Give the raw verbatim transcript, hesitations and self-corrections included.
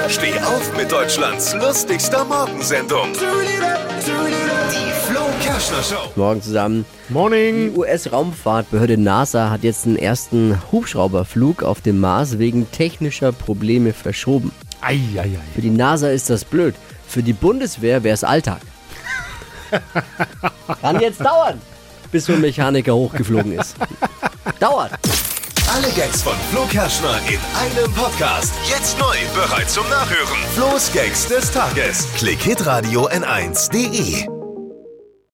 Steh auf mit Deutschlands lustigster Morgensendung. Die Flo Kerschner Show. Morgen zusammen. Morning. Die U S-Raumfahrtbehörde NASA hat jetzt den ersten Hubschrauberflug auf dem Mars wegen technischer Probleme verschoben. Ei, ei, ei. Für die NASA ist das blöd. Für die Bundeswehr wäre es Alltag. Kann jetzt dauern, bis so ein Mechaniker hochgeflogen ist. Dauert. Alle Gags von Flo Kerschner in einem Podcast. Jetzt neu, bereit zum Nachhören. Flo's Gags des Tages. Klick hitradio n eins punkt de.